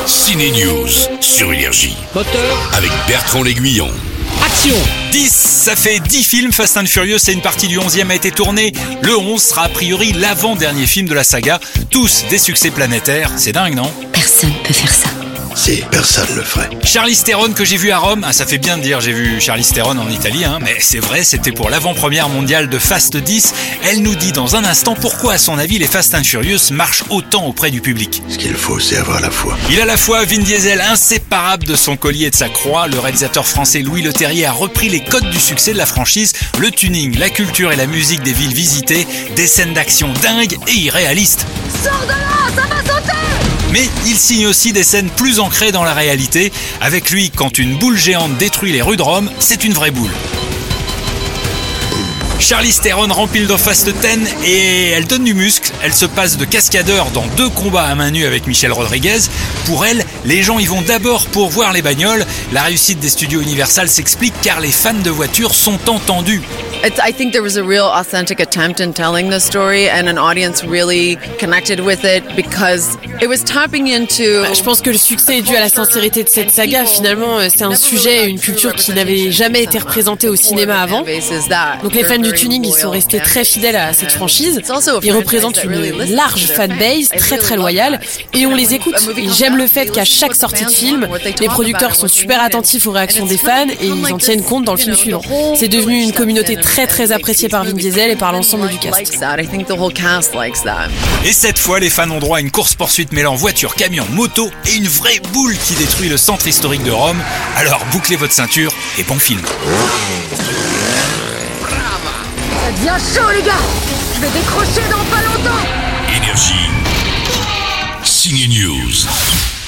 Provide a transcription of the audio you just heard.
Ciné News sur Énergie. Moteur, Avec Bertrand L'Aiguillon. action. 10, ça fait 10 films Fast and Furious et une partie du 11e a été tournée. Le 11 sera a priori l'avant-dernier film de la saga. Tous des succès planétaires, c'est dingue non ? Personne peut faire ça. Si, personne le ferait. Charlize Theron que j'ai vu à Rome, ça fait bien de dire j'ai vu Charlize Theron en Italie, mais c'est vrai, c'était pour l'avant-première mondiale de Fast 10. Elle nous dit dans un instant pourquoi à son avis les Fast and Furious marchent autant auprès du public. Ce qu'il faut, c'est avoir la foi. Il a la foi, Vin Diesel, inséparable de son collier et de sa croix. Le réalisateur français Louis Leterrier a repris les codes du succès de la franchise, le tuning, la culture et la musique des villes visitées, des scènes d'action dingues et irréalistes. Sors de là, ça va sauter! Mais il signe aussi des scènes plus ancrées dans la réalité. Avec lui, quand une boule géante détruit les rues de Rome, c'est une vraie boule. Charlize Theron rempile dans Fast 10 et elle donne du muscle. Elle se passe de cascadeur dans 2 combats à main nue avec Michelle Rodriguez. Pour elle, les gens y vont d'abord pour voir les bagnoles. La réussite des studios Universal s'explique car les fans de voitures sont entendus. I think there was a real authentic attempt in telling the story and an audience really connected with it because it was tapping into... Je pense que le succès est dû à la sincérité de cette saga. Finalement, c'est un sujet et une culture qui n'avait jamais été représentée au cinéma avant. Donc les fans du tuning, ils sont restés très fidèles à cette franchise. Ils représentent une large fanbase, très très loyale, et on les écoute. Et j'aime le fait qu'à chaque sortie de film, les producteurs sont super attentifs aux réactions des fans et ils en tiennent compte dans le film suivant. C'est devenu une communauté très très appréciée par Vin Diesel et par l'ensemble du cast. Et cette fois, les fans ont droit à une course-poursuite mêlant voiture, camion, moto et une vraie boule qui détruit le centre historique de Rome. Alors bouclez votre ceinture et bon film. Ça devient chaud les gars! Je vais décrocher dans pas longtemps! Énergie. Ciné News.